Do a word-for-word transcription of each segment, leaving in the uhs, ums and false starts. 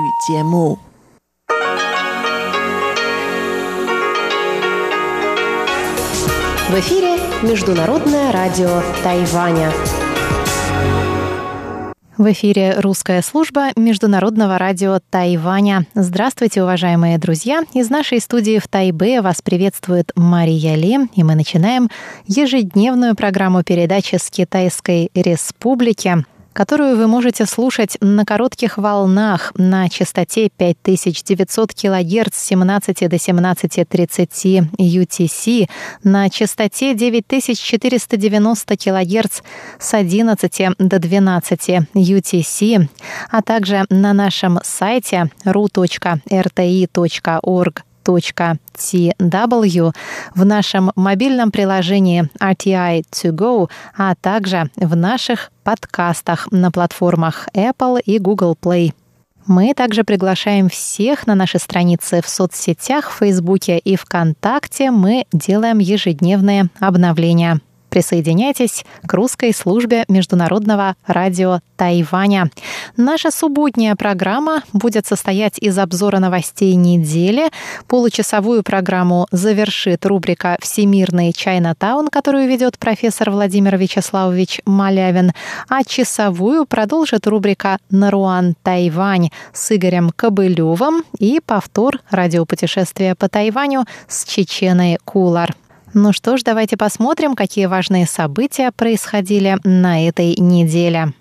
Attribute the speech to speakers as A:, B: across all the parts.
A: 节目。
B: В эфире Международное радио Тайваня. В эфире русская служба Международного радио Тайваня. Здравствуйте, уважаемые друзья! Из нашей студии в Тайбе вас приветствует Мария Ли, и мы начинаем ежедневную программу передачи с Китайской Республики, которую вы можете слушать на коротких волнах на частоте пять тысяч девятьсот килогерц с семнадцати до семнадцати тридцати ю ти си, на частоте девять тысяч четыреста девяносто килогерц с одиннадцати до двенадцати ю ти си, а также на нашем сайте ру точка эр тэ и точка орг точка ти дабл ю, в нашем мобильном приложении ар ти ай ту го, а также в наших подкастах на платформах Apple и Google Play. Мы также приглашаем всех на наши страницы в соцсетях, в Фейсбуке и ВКонтакте. Мы делаем ежедневные обновления. Присоединяйтесь к русской службе Международного радио Тайваня. Наша субботняя программа будет состоять из обзора новостей недели. Получасовую программу завершит рубрика «Всемирный Чайнатаун», которую ведет профессор Владимир Вячеславович Малявин, а часовую продолжит рубрика «Наруан Тайвань» с Игорем Кобылевым и повтор радиопутешествия по Тайваню с Чеченой Кулар. Ну что ж, давайте посмотрим, какие важные события происходили на этой неделе.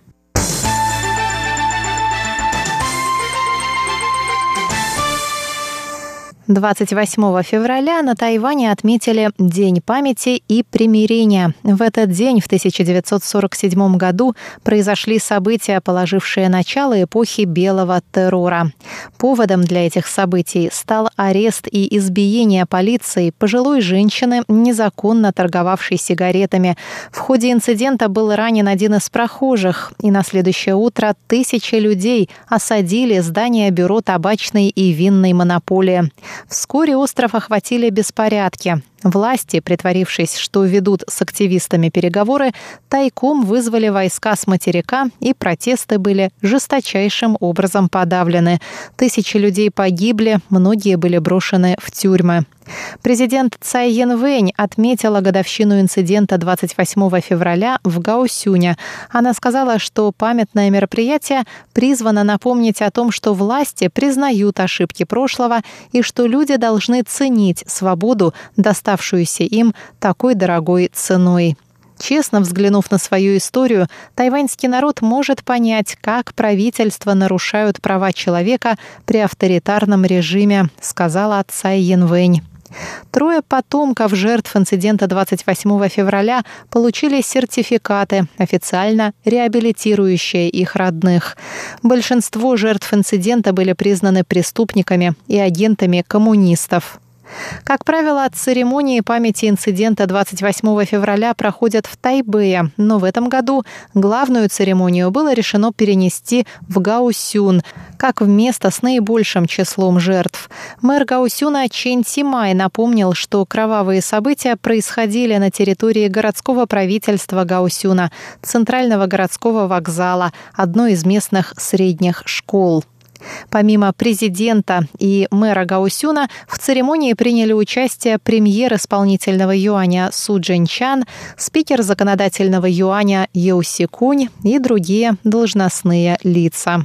B: двадцать восьмого февраля на Тайване отметили День памяти и примирения. В этот день, в тысяча девятьсот сорок седьмом году, произошли события, положившие начало эпохи белого террора. Поводом для этих событий стал арест и избиение полицией пожилой женщины, незаконно торговавшей сигаретами. В ходе инцидента был ранен один из прохожих, и на следующее утро тысячи людей осадили здание бюро табачной и винной монополии. Вскоре остров охватили беспорядки. Власти, притворившись, что ведут с активистами переговоры, тайком вызвали войска с материка, и протесты были жесточайшим образом подавлены. Тысячи людей погибли, многие были брошены в тюрьмы. Президент Цай Янвэнь отметила годовщину инцидента двадцать восьмого февраля в Гаосюне. Она сказала, что памятное мероприятие призвано напомнить о том, что власти признают ошибки прошлого и что люди должны ценить свободу, доставшуюся им такой дорогой ценой. Честно взглянув на свою историю, тайваньский народ может понять, как правительства нарушают права человека при авторитарном режиме, сказала Цай Янвэнь. Трое потомков жертв инцидента двадцать восьмого февраля получили сертификаты, официально реабилитирующие их родных. Большинство жертв инцидента были признаны преступниками и агентами коммунистов. Как правило, церемонии памяти инцидента двадцать восьмого февраля проходят в Тайбэе, но в этом году главную церемонию было решено перенести в Гаосюн, как в место с наибольшим числом жертв. Мэр Гаосюна Чен Симай напомнил, что кровавые события происходили на территории городского правительства Гаосюна, центрального городского вокзала, одной из местных средних школ. Помимо президента и мэра Гаосюна, в церемонии приняли участие премьер исполнительного юаня Су Чжэньчан, спикер законодательного юаня Йоу Си Кунь и другие должностные лица.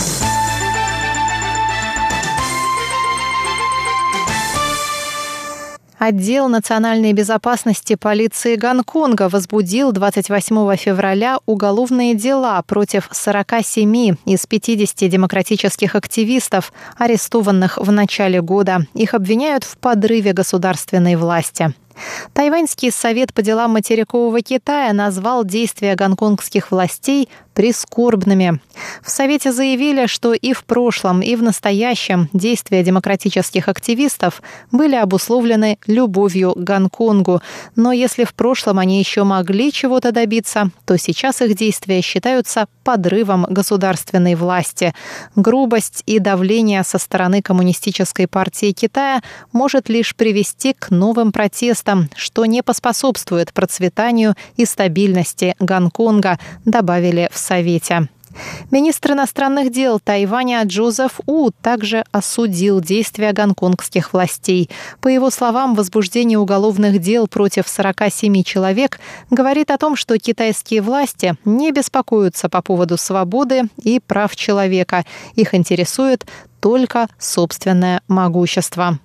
B: Отдел национальной безопасности полиции Гонконга возбудил двадцать восьмого февраля уголовные дела против сорока семи из пятидесяти демократических активистов, арестованных в начале года. Их обвиняют в подрыве государственной власти. Тайваньский совет по делам материкового Китая назвал действия гонконгских властей прискорбными. В Совете заявили, что и в прошлом, и в настоящем действия демократических активистов были обусловлены любовью к Гонконгу. Но если в прошлом они еще могли чего-то добиться, то сейчас их действия считаются подрывом государственной власти. Грубость и давление со стороны Коммунистической партии Китая может лишь привести к новым протестам, что не поспособствует процветанию и стабильности Гонконга, добавили в Совете. Министр иностранных дел Тайваня Джозеф У также осудил действия гонконгских властей. По его словам, возбуждение уголовных дел против сорока семи человек говорит о том, что китайские власти не беспокоятся по поводу свободы и прав человека. Их интересует только собственное могущество.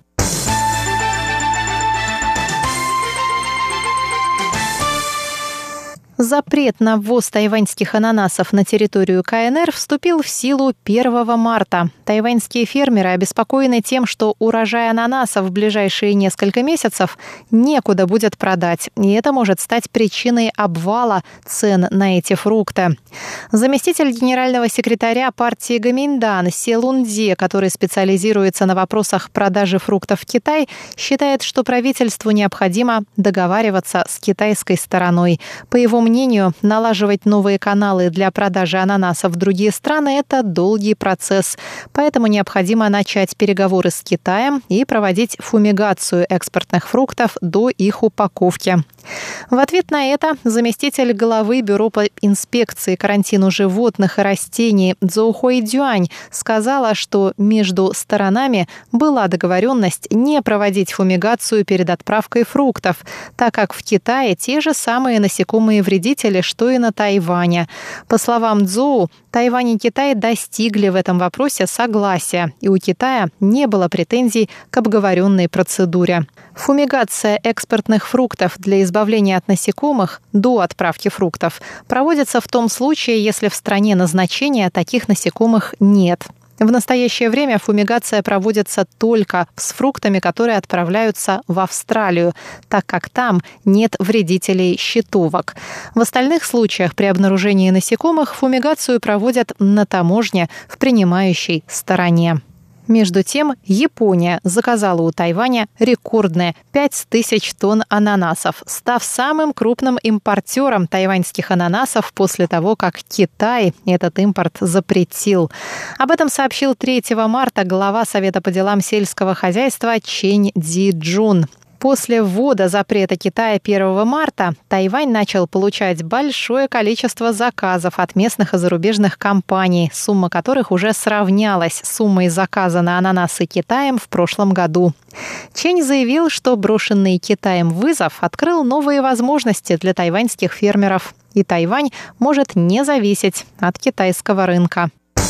B: Запрет на ввоз тайваньских ананасов на территорию ка эн эр вступил в силу первого марта. Тайваньские фермеры обеспокоены тем, что урожай ананасов в ближайшие несколько месяцев некуда будет продать, и это может стать причиной обвала цен на эти фрукты. Заместитель генерального секретаря партии Гоминьдан Се Лун-Дзе, который специализируется на вопросах продажи фруктов в Китай, считает, что правительству необходимо договариваться с китайской стороной. По его мнению, налаживать новые каналы для продажи ананасов в другие страны – это долгий процесс. Поэтому необходимо начать переговоры с Китаем и проводить фумигацию экспортных фруктов до их упаковки. В ответ на это заместитель главы Бюро по инспекции карантину животных и растений Цзоу Хуэйдюань сказала, что между сторонами была договоренность не проводить фумигацию перед отправкой фруктов, так как в Китае те же самые насекомые вредители, что и на Тайване. По словам Цзоу, Тайвань и Китай достигли в этом вопросе согласия, и у Китая не было претензий к обговоренной процедуре. Фумигация экспортных фруктов для избавления от насекомых до отправки фруктов проводится в том случае, если в стране назначения таких насекомых нет. В настоящее время фумигация проводится только с фруктами, которые отправляются в Австралию, так как там нет вредителей щитовок. В остальных случаях при обнаружении насекомых фумигацию проводят на таможне в принимающей стороне. Между тем, Япония заказала у Тайваня рекордные пять тысяч тонн ананасов, став самым крупным импортером тайваньских ананасов после того, как Китай этот импорт запретил. Об этом сообщил третьего марта глава Совета по делам сельского хозяйства Чэнь Цзи-Джун. После ввода запрета Китая первого марта Тайвань начал получать большое количество заказов от местных и зарубежных компаний, сумма которых уже сравнялась с суммой заказа на ананасы Китаем в прошлом году. Чэнь заявил, что брошенный Китаем вызов открыл новые возможности для тайваньских фермеров, и Тайвань может не зависеть от китайского рынка.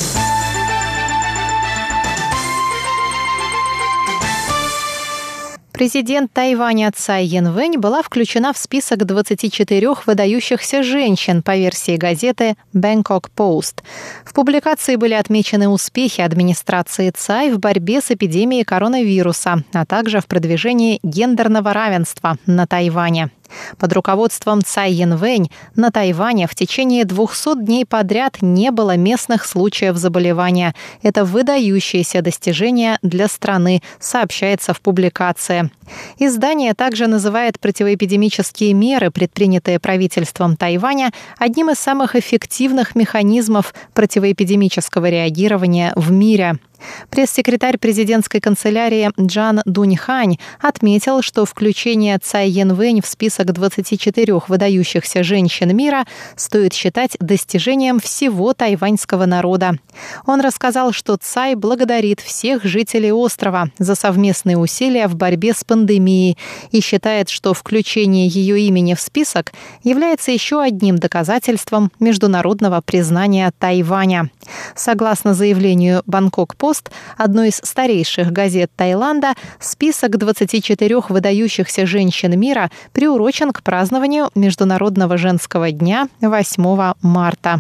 B: Президент Тайваня Цай Янвэнь была включена в список двадцати четырёх выдающихся женщин по версии газеты Bangkok Post. В публикации были отмечены успехи администрации Цай в борьбе с эпидемией коронавируса, а также в продвижении гендерного равенства на Тайване. Под руководством Цай Янвэнь на Тайване в течение двухсот дней подряд не было местных случаев заболевания. Это выдающееся достижение для страны, сообщается в публикации. Издание также называет противоэпидемические меры, предпринятые правительством Тайваня, одним из самых эффективных механизмов противоэпидемического реагирования в мире. Пресс-секретарь президентской канцелярии Джан Дуньхань отметил, что включение Цай Янвэнь в список двадцати четырёх выдающихся женщин мира стоит считать достижением всего тайваньского народа. Он рассказал, что Цай благодарит всех жителей острова за совместные усилия в борьбе с пандемией и считает, что включение ее имени в список является еще одним доказательством международного признания Тайваня. Согласно заявлению Bangkok Post, одной из старейших газет Таиланда, список двадцати четырёх выдающихся женщин мира приурочен к празднованию Международного женского дня восьмого марта.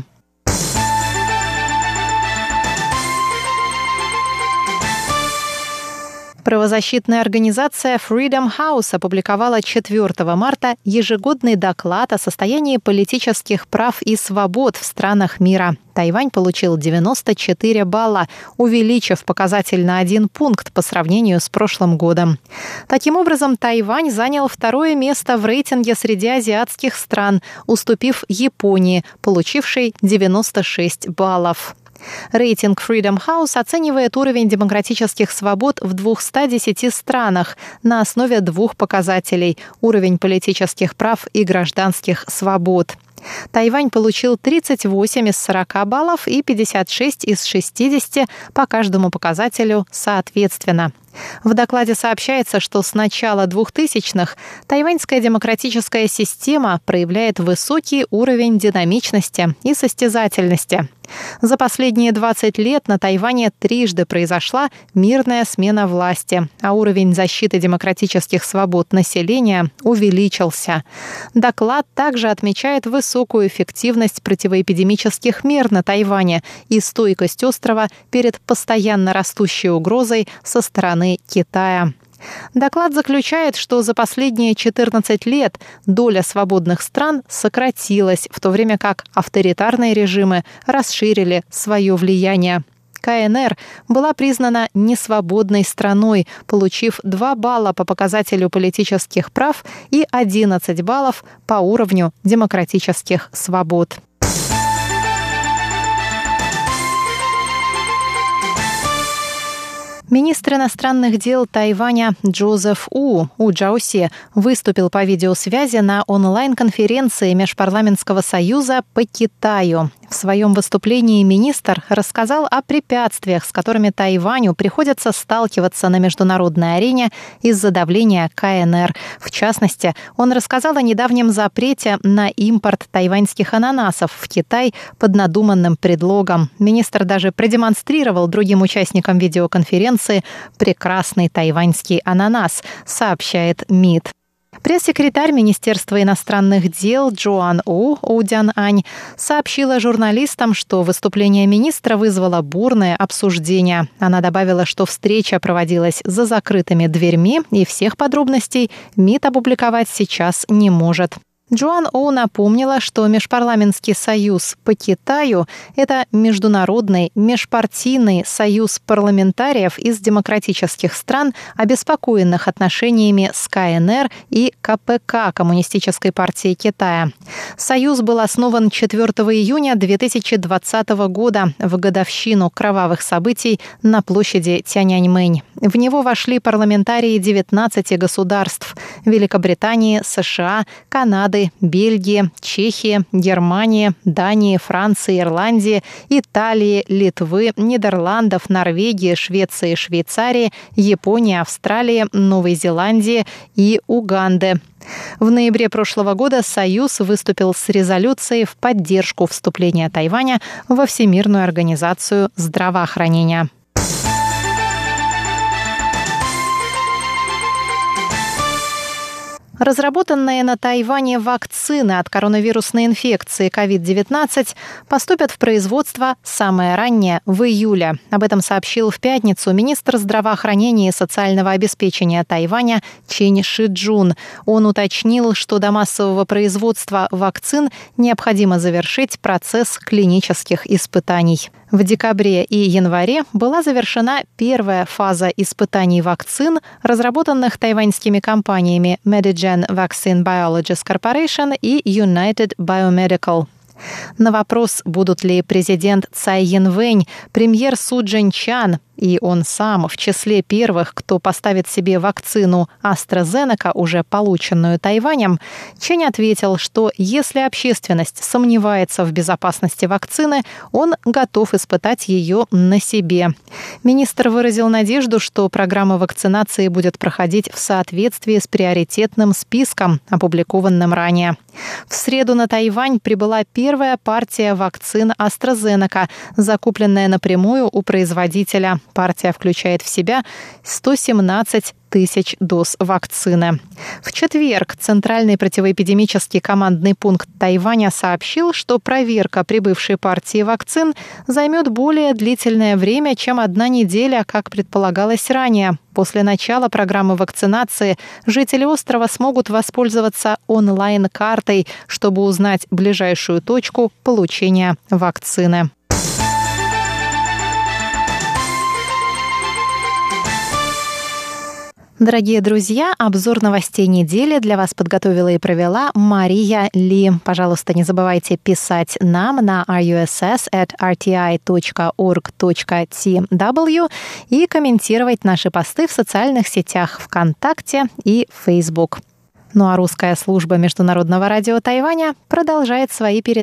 B: Правозащитная организация Freedom House опубликовала четвёртого марта ежегодный доклад о состоянии политических прав и свобод в странах мира. Тайвань получил девяносто четыре балла, увеличив показатель на один пункт по сравнению с прошлым годом. Таким образом, Тайвань занял второе место в рейтинге среди азиатских стран, уступив Японии, получившей девяносто шесть баллов. Рейтинг Freedom House оценивает уровень демократических свобод в двухстах десяти странах на основе двух показателей – уровень политических прав и гражданских свобод. Тайвань получил тридцать восемь из сорока баллов и пятьдесят шесть из шестидесяти по каждому показателю соответственно. В докладе сообщается, что с начала двухтысячных тайваньская демократическая система проявляет высокий уровень динамичности и состязательности. За последние двадцать лет на Тайване трижды произошла мирная смена власти, а уровень защиты демократических свобод населения увеличился. Доклад также отмечает высокую эффективность противоэпидемических мер на Тайване и стойкость острова перед постоянно растущей угрозой со стороны Китая. Доклад заключает, что за последние четырнадцать лет доля свободных стран сократилась, в то время как авторитарные режимы расширили свое влияние. КНР была признана несвободной страной, получив два балла по показателю политических прав и одиннадцать баллов по уровню демократических свобод. Министр иностранных дел Тайваня Джозеф У, У Джаоси, выступил по видеосвязи на онлайн-конференции Межпарламентского союза по Китаю. В своем выступлении министр рассказал о препятствиях, с которыми Тайваню приходится сталкиваться на международной арене из-за давления КНР. В частности, он рассказал о недавнем запрете на импорт тайваньских ананасов в Китай под надуманным предлогом. Министр даже продемонстрировал другим участникам видеоконференции прекрасный тайваньский ананас, сообщает МИД. Пресс-секретарь Министерства иностранных дел Джоан У Оудян Ань сообщила журналистам, что выступление министра вызвало бурное обсуждение. Она добавила, что встреча проводилась за закрытыми дверьми, и всех подробностей МИД опубликовать сейчас не может. Джоан Оу напомнила, что Межпарламентский союз по Китаю – это международный межпартийный союз парламентариев из демократических стран, обеспокоенных отношениями с КНР и КПК – Коммунистической партией Китая. Союз был основан четвёртого июня две тысячи двадцатого года в годовщину кровавых событий на площади Тяньаньмэнь. В него вошли парламентарии девятнадцати государств – Великобритании, США, Канады, Бельгии, Чехии, Германии, Дании, Франции, Ирландии, Италии, Литвы, Нидерландов, Норвегии, Швеции, Швейцарии, Японии, Австралии, Новой Зеландии и Уганды. В ноябре прошлого года Союз выступил с резолюцией в поддержку вступления Тайваня во Всемирную организацию здравоохранения. Разработанные на Тайване вакцины от коронавирусной инфекции ковид девятнадцать поступят в производство самое раннее в июле. Об этом сообщил в пятницу министр здравоохранения и социального обеспечения Тайваня Чен Шиджун. Он уточнил, что до массового производства вакцин необходимо завершить процесс клинических испытаний. В декабре и январе была завершена первая фаза испытаний вакцин, разработанных тайваньскими компаниями Medigen Vaccine Biologies Corporation и United Biomedical. На вопрос, будут ли президент Цай Янвэнь, премьер Су Чжэньчан и он сам в числе первых, кто поставит себе вакцину AstraZeneca, уже полученную Тайванем, Чень ответил, что если общественность сомневается в безопасности вакцины, он готов испытать ее на себе. Министр выразил надежду, что программа вакцинации будет проходить в соответствии с приоритетным списком, опубликованным ранее. В среду на Тайвань прибыла первая партия вакцин AstraZeneca, закупленная напрямую у производителя. Партия включает в себя сто семнадцать тысяч доз вакцины. В четверг Центральный противоэпидемический командный пункт Тайваня сообщил, что проверка прибывшей партии вакцин займет более длительное время, чем одна неделя, как предполагалось ранее. После начала программы вакцинации жители острова смогут воспользоваться онлайн-картой, чтобы узнать ближайшую точку получения вакцины. Дорогие друзья, обзор новостей недели для вас подготовила и провела Мария Ли. Пожалуйста, не забывайте писать нам на ар ю эс эс эт ар ти ай точка орг точка ти дабл ю и комментировать наши посты в социальных сетях ВКонтакте и Facebook. Ну а русская служба Международного радио Тайваня продолжает свои передачи.